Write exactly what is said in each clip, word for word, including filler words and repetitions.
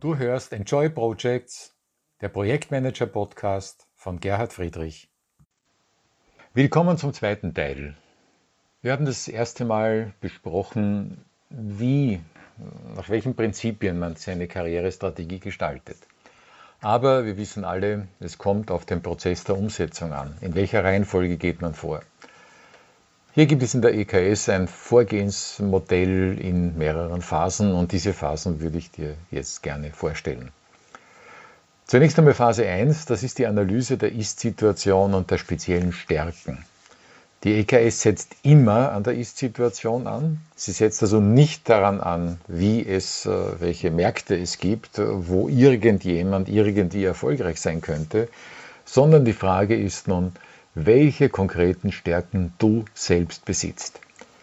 Du hörst Enjoy Projects, der Projektmanager-Podcast von Gerhard Friedrich. Willkommen zum zweiten Teil. Wir haben das erste Mal besprochen, wie, nach welchen Prinzipien man seine Karrierestrategie gestaltet. Aber wir wissen alle, es kommt auf den Prozess der Umsetzung an. In welcher Reihenfolge geht man vor? Hier gibt es in der E K S ein Vorgehensmodell in mehreren Phasen und diese Phasen würde ich dir jetzt gerne vorstellen. Zunächst einmal Phase eins, das ist die Analyse der Ist-Situation und der speziellen Stärken. Die E K S setzt immer an der Ist-Situation an. Sie setzt also nicht daran an, wie es, welche Märkte es gibt, wo irgendjemand irgendwie erfolgreich sein könnte, sondern die Frage ist nun, welche konkreten Stärken du selbst besitzt.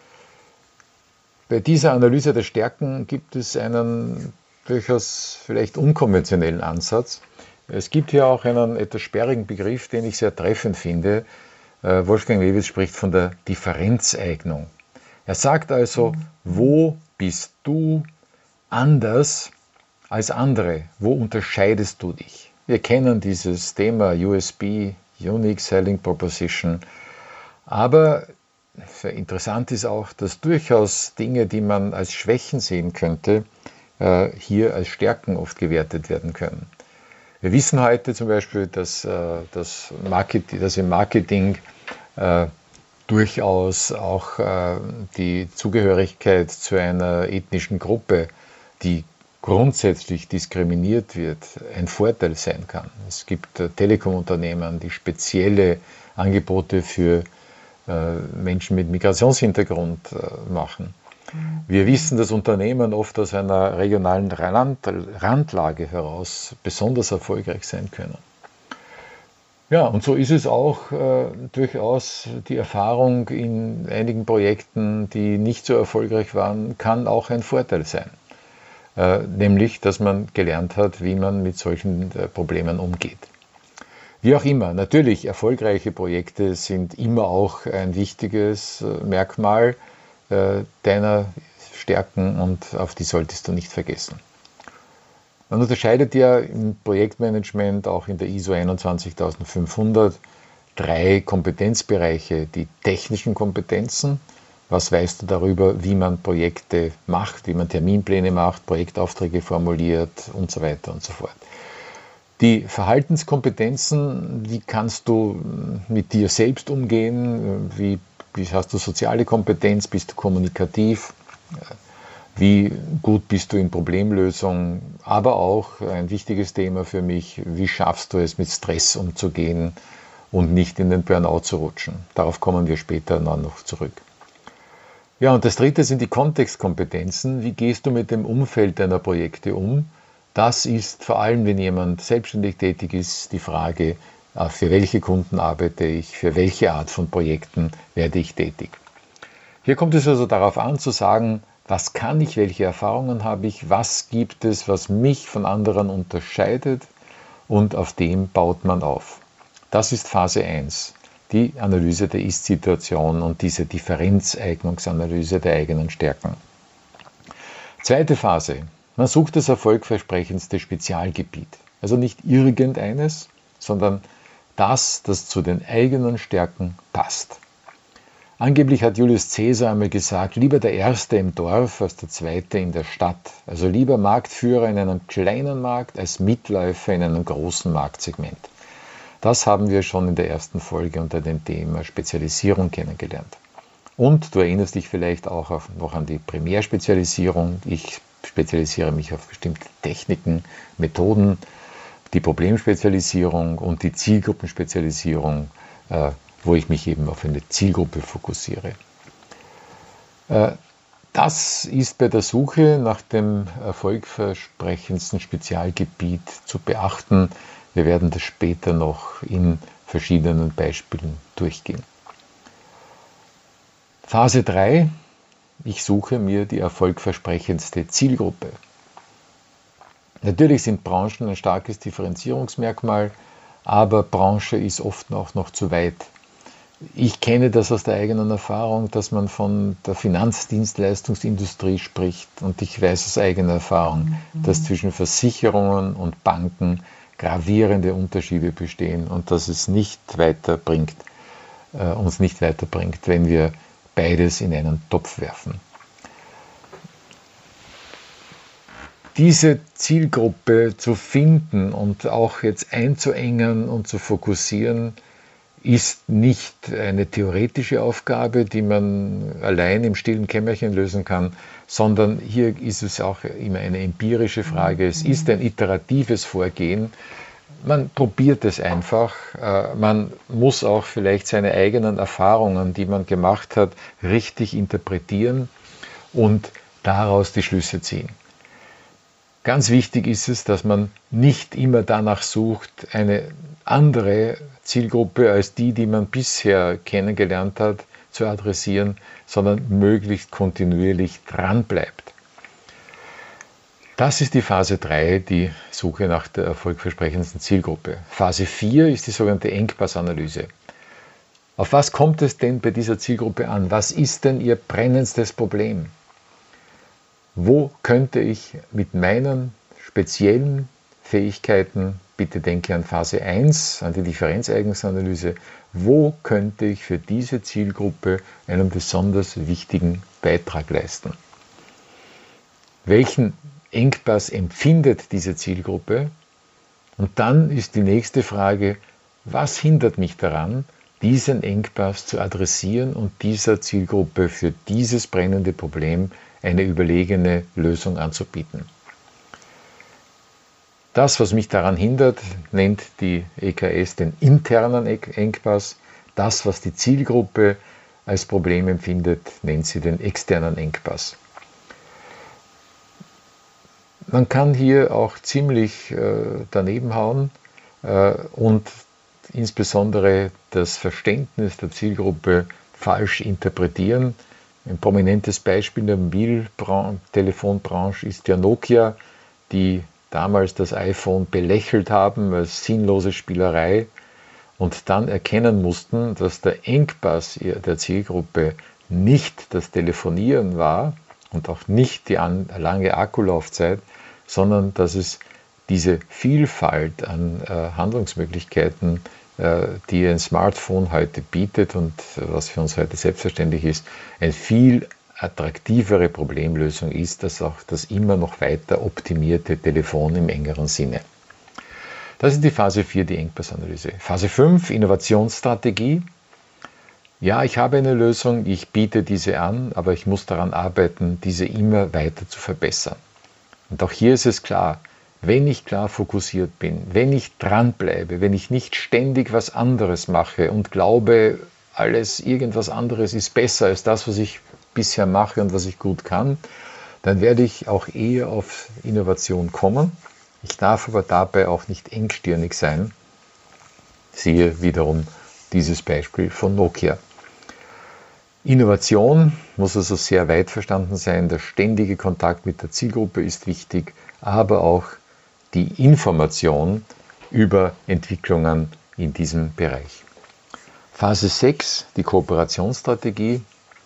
Bei dieser Analyse der Stärken gibt es einen durchaus vielleicht unkonventionellen Ansatz. Es gibt hier auch einen etwas sperrigen Begriff, den ich sehr treffend finde. Wolfgang Lewitz spricht von der Differenzeignung. Er sagt also, wo bist du anders als andere? Wo unterscheidest du dich? Wir kennen dieses Thema U S P, Unique Selling Proposition. Aber interessant ist auch, dass durchaus Dinge, die man als Schwächen sehen könnte, hier als Stärken oft gewertet werden können. Wir wissen heute zum Beispiel, dass, das Marketing, dass im Marketing äh, durchaus auch äh, die Zugehörigkeit zu einer ethnischen Gruppe, die grundsätzlich diskriminiert wird, ein Vorteil sein kann. Es gibt äh, Telekom-Unternehmen, die spezielle Angebote für äh, Menschen mit Migrationshintergrund äh, machen. Wir wissen, dass Unternehmen oft aus einer regionalen Rand Randlage heraus besonders erfolgreich sein können. Ja, und so ist es auch äh, durchaus die Erfahrung in einigen Projekten, die nicht so erfolgreich waren, kann auch ein Vorteil sein. Äh, nämlich, dass man gelernt hat, wie man mit solchen äh, Problemen umgeht. Wie auch immer, natürlich, erfolgreiche Projekte sind immer auch ein wichtiges äh, Merkmal äh, deiner Stärken und auf die solltest du nicht vergessen. Man unterscheidet ja im Projektmanagement, auch in der I S O einundzwanzigtausendfünfhundert, drei Kompetenzbereiche. Die technischen Kompetenzen, was weißt du darüber, wie man Projekte macht, wie man Terminpläne macht, Projektaufträge formuliert und so weiter und so fort. Die Verhaltenskompetenzen, wie kannst du mit dir selbst umgehen, wie, wie hast du soziale Kompetenz, bist du kommunikativ, wie gut bist du in Problemlösung, aber auch ein wichtiges Thema für mich, wie schaffst du es, mit Stress umzugehen und nicht in den Burnout zu rutschen. Darauf kommen wir später noch zurück. Ja, und das dritte sind die Kontextkompetenzen. Wie gehst du mit dem Umfeld deiner Projekte um? Das ist vor allem, wenn jemand selbstständig tätig ist, die Frage, für welche Kunden arbeite ich, für welche Art von Projekten werde ich tätig. Hier kommt es also darauf an zu sagen, was kann ich, welche Erfahrungen habe ich, was gibt es, was mich von anderen unterscheidet und auf dem baut man auf. Das ist Phase eins, die Analyse der Ist-Situation und diese Differenzeignungsanalyse der eigenen Stärken. Zweite Phase, man sucht das erfolgversprechendste Spezialgebiet, also nicht irgendeines, sondern das, das zu den eigenen Stärken passt. Angeblich hat Julius Caesar einmal gesagt, lieber der Erste im Dorf als der Zweite in der Stadt. Also lieber Marktführer in einem kleinen Markt als Mitläufer in einem großen Marktsegment. Das haben wir schon in der ersten Folge unter dem Thema Spezialisierung kennengelernt. Und du erinnerst dich vielleicht auch auf, noch an die Primärspezialisierung. Ich spezialisiere mich auf bestimmte Techniken, Methoden, die Problemspezialisierung und die Zielgruppenspezialisierung, äh, wo ich mich eben auf eine Zielgruppe fokussiere. Das ist bei der Suche nach dem erfolgversprechendsten Spezialgebiet zu beachten. Wir werden das später noch in verschiedenen Beispielen durchgehen. Phase drei. Ich suche mir die erfolgversprechendste Zielgruppe. Natürlich sind Branchen ein starkes Differenzierungsmerkmal, aber Branche ist oft auch noch zu weit. Ich kenne das aus der eigenen Erfahrung, dass man von der Finanzdienstleistungsindustrie spricht, und ich weiß aus eigener Erfahrung, dass zwischen Versicherungen und Banken gravierende Unterschiede bestehen und dass es nicht weiterbringt, äh, uns nicht weiterbringt, wenn wir beides in einen Topf werfen. Diese Zielgruppe zu finden und auch jetzt einzuengen und zu fokussieren, ist nicht eine theoretische Aufgabe, die man allein im stillen Kämmerchen lösen kann, sondern hier ist es auch immer eine empirische Frage. Es ist ein iteratives Vorgehen. Man probiert es einfach. Man muss auch vielleicht seine eigenen Erfahrungen, die man gemacht hat, richtig interpretieren und daraus die Schlüsse ziehen. Ganz wichtig ist es, dass man nicht immer danach sucht, eine andere Zielgruppe als die, die man bisher kennengelernt hat, zu adressieren, sondern möglichst kontinuierlich dran bleibt. Das ist die Phase drei, die Suche nach der erfolgversprechendsten Zielgruppe. Phase vier ist die sogenannte Engpassanalyse. Auf was kommt es denn bei dieser Zielgruppe an? Was ist denn ihr brennendstes Problem? Wo könnte ich mit meinen speziellen Fähigkeiten, bitte denke an Phase eins, an die Differenzeignungsanalyse, wo könnte ich für diese Zielgruppe einen besonders wichtigen Beitrag leisten? Welchen Engpass empfindet diese Zielgruppe? Und dann ist die nächste Frage, was hindert mich daran, diesen Engpass zu adressieren und dieser Zielgruppe für dieses brennende Problem eine überlegene Lösung anzubieten? Das, was mich daran hindert, nennt die E K S den internen Engpass. Das, was die Zielgruppe als Problem empfindet, nennt sie den externen Engpass. Man kann hier auch ziemlich äh, daneben hauen äh, und insbesondere das Verständnis der Zielgruppe falsch interpretieren. Ein prominentes Beispiel in der Mobiltelefonbranche ist ja Nokia, die damals das iPhone belächelt haben als sinnlose Spielerei und dann erkennen mussten, dass der Engpass der Zielgruppe nicht das Telefonieren war und auch nicht die lange Akkulaufzeit, sondern dass es diese Vielfalt an äh, Handlungsmöglichkeiten, äh, die ein Smartphone heute bietet und äh, was für uns heute selbstverständlich ist, ein viel attraktivere Problemlösung ist, als auch das immer noch weiter optimierte Telefon im engeren Sinne. Das ist die Phase vier, die Engpassanalyse. Phase fünf, Innovationsstrategie. Ja, ich habe eine Lösung, ich biete diese an, aber ich muss daran arbeiten, diese immer weiter zu verbessern. Und auch hier ist es klar, wenn ich klar fokussiert bin, wenn ich dranbleibe, wenn ich nicht ständig was anderes mache und glaube, alles irgendwas anderes ist besser als das, was ich bisher mache und was ich gut kann, dann werde ich auch eher auf Innovation kommen. Ich darf aber dabei auch nicht engstirnig sein. Siehe wiederum dieses Beispiel von Nokia. Innovation muss also sehr weit verstanden sein. Der ständige Kontakt mit der Zielgruppe ist wichtig, aber auch die Information über Entwicklungen in diesem Bereich. Phase sechs, die Kooperationsstrategie.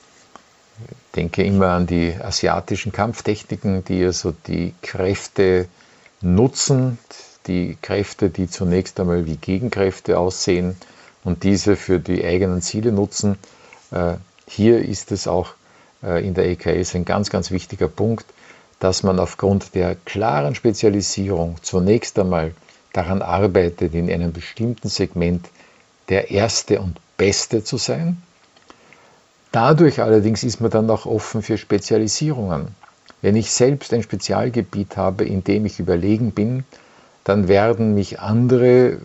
Ich denke immer an die asiatischen Kampftechniken, die also die Kräfte nutzen, die Kräfte, die zunächst einmal wie Gegenkräfte aussehen und diese für die eigenen Ziele nutzen. Hier ist es auch in der E K S ein ganz, ganz wichtiger Punkt, dass man aufgrund der klaren Spezialisierung zunächst einmal daran arbeitet, in einem bestimmten Segment der Erste und Beste zu sein. Dadurch allerdings ist man dann auch offen für Spezialisierungen. Wenn ich selbst ein Spezialgebiet habe, in dem ich überlegen bin, dann werden mich andere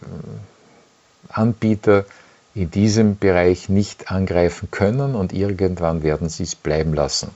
Anbieter in diesem Bereich nicht angreifen können und irgendwann werden sie es bleiben lassen.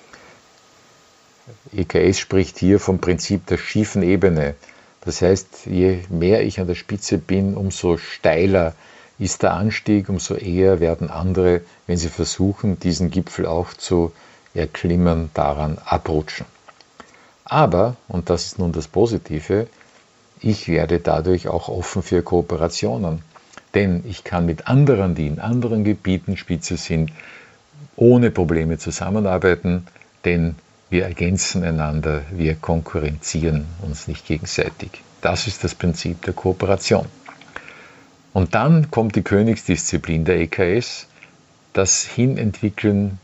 E K S spricht hier vom Prinzip der schiefen Ebene. Das heißt, je mehr ich an der Spitze bin, umso steiler ist der Anstieg, umso eher werden andere, wenn sie versuchen, diesen Gipfel auch zu erklimmen, daran abrutschen. Aber, und das ist nun das Positive, ich werde dadurch auch offen für Kooperationen. Denn ich kann mit anderen, die in anderen Gebieten Spitze sind, ohne Probleme zusammenarbeiten, denn wir ergänzen einander, wir konkurrenzieren uns nicht gegenseitig. Das ist das Prinzip der Kooperation. Und dann kommt die Königsdisziplin der E K S, das Hinentwickeln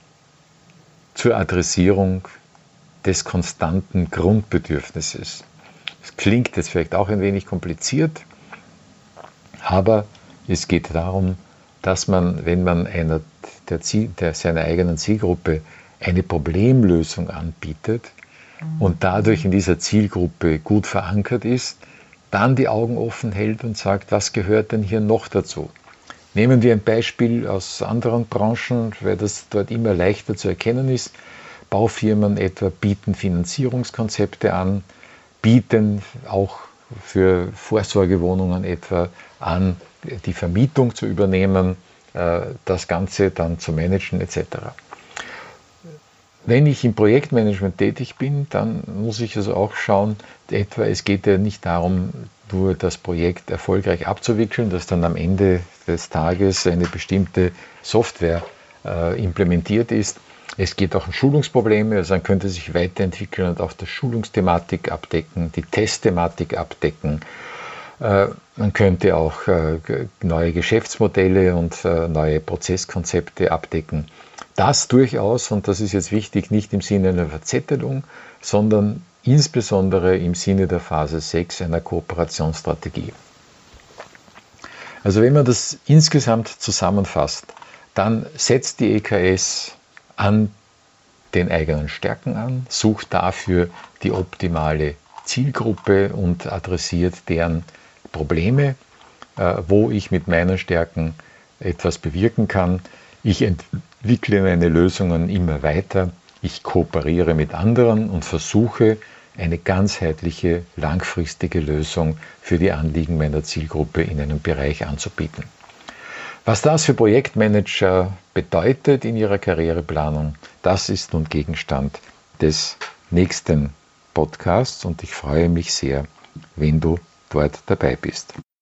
zur Adressierung des konstanten Grundbedürfnisses. Das klingt jetzt vielleicht auch ein wenig kompliziert, aber es geht darum, dass man, wenn man einer der Ziel, der, seiner eigenen Zielgruppe eine Problemlösung anbietet und dadurch in dieser Zielgruppe gut verankert ist, dann die Augen offen hält und sagt, was gehört denn hier noch dazu? Nehmen wir ein Beispiel aus anderen Branchen, weil das dort immer leichter zu erkennen ist. Baufirmen etwa bieten Finanzierungskonzepte an, bieten auch für Vorsorgewohnungen etwa an, die Vermietung zu übernehmen, das Ganze dann zu managen et cetera. Wenn ich im Projektmanagement tätig bin, dann muss ich also auch schauen, etwa es geht ja nicht darum, nur das Projekt erfolgreich abzuwickeln, dass dann am Ende des Tages eine bestimmte Software äh, implementiert ist. Es geht auch um Schulungsprobleme, also man könnte sich weiterentwickeln und auch die Schulungsthematik abdecken, die Testthematik abdecken. Äh, man könnte auch äh, neue Geschäftsmodelle und äh, neue Prozesskonzepte abdecken. Das durchaus, und das ist jetzt wichtig, nicht im Sinne einer Verzettelung, sondern insbesondere im Sinne der Phase sechs einer Kooperationsstrategie. Also wenn man das insgesamt zusammenfasst, dann setzt die E K S an den eigenen Stärken an, sucht dafür die optimale Zielgruppe und adressiert deren Probleme, wo ich mit meinen Stärken etwas bewirken kann. Ich entwickle meine Lösungen immer weiter, ich kooperiere mit anderen und versuche, eine ganzheitliche, langfristige Lösung für die Anliegen meiner Zielgruppe in einem Bereich anzubieten. Was das für Projektmanager bedeutet in ihrer Karriereplanung, das ist nun Gegenstand des nächsten Podcasts und ich freue mich sehr, wenn du dort dabei bist.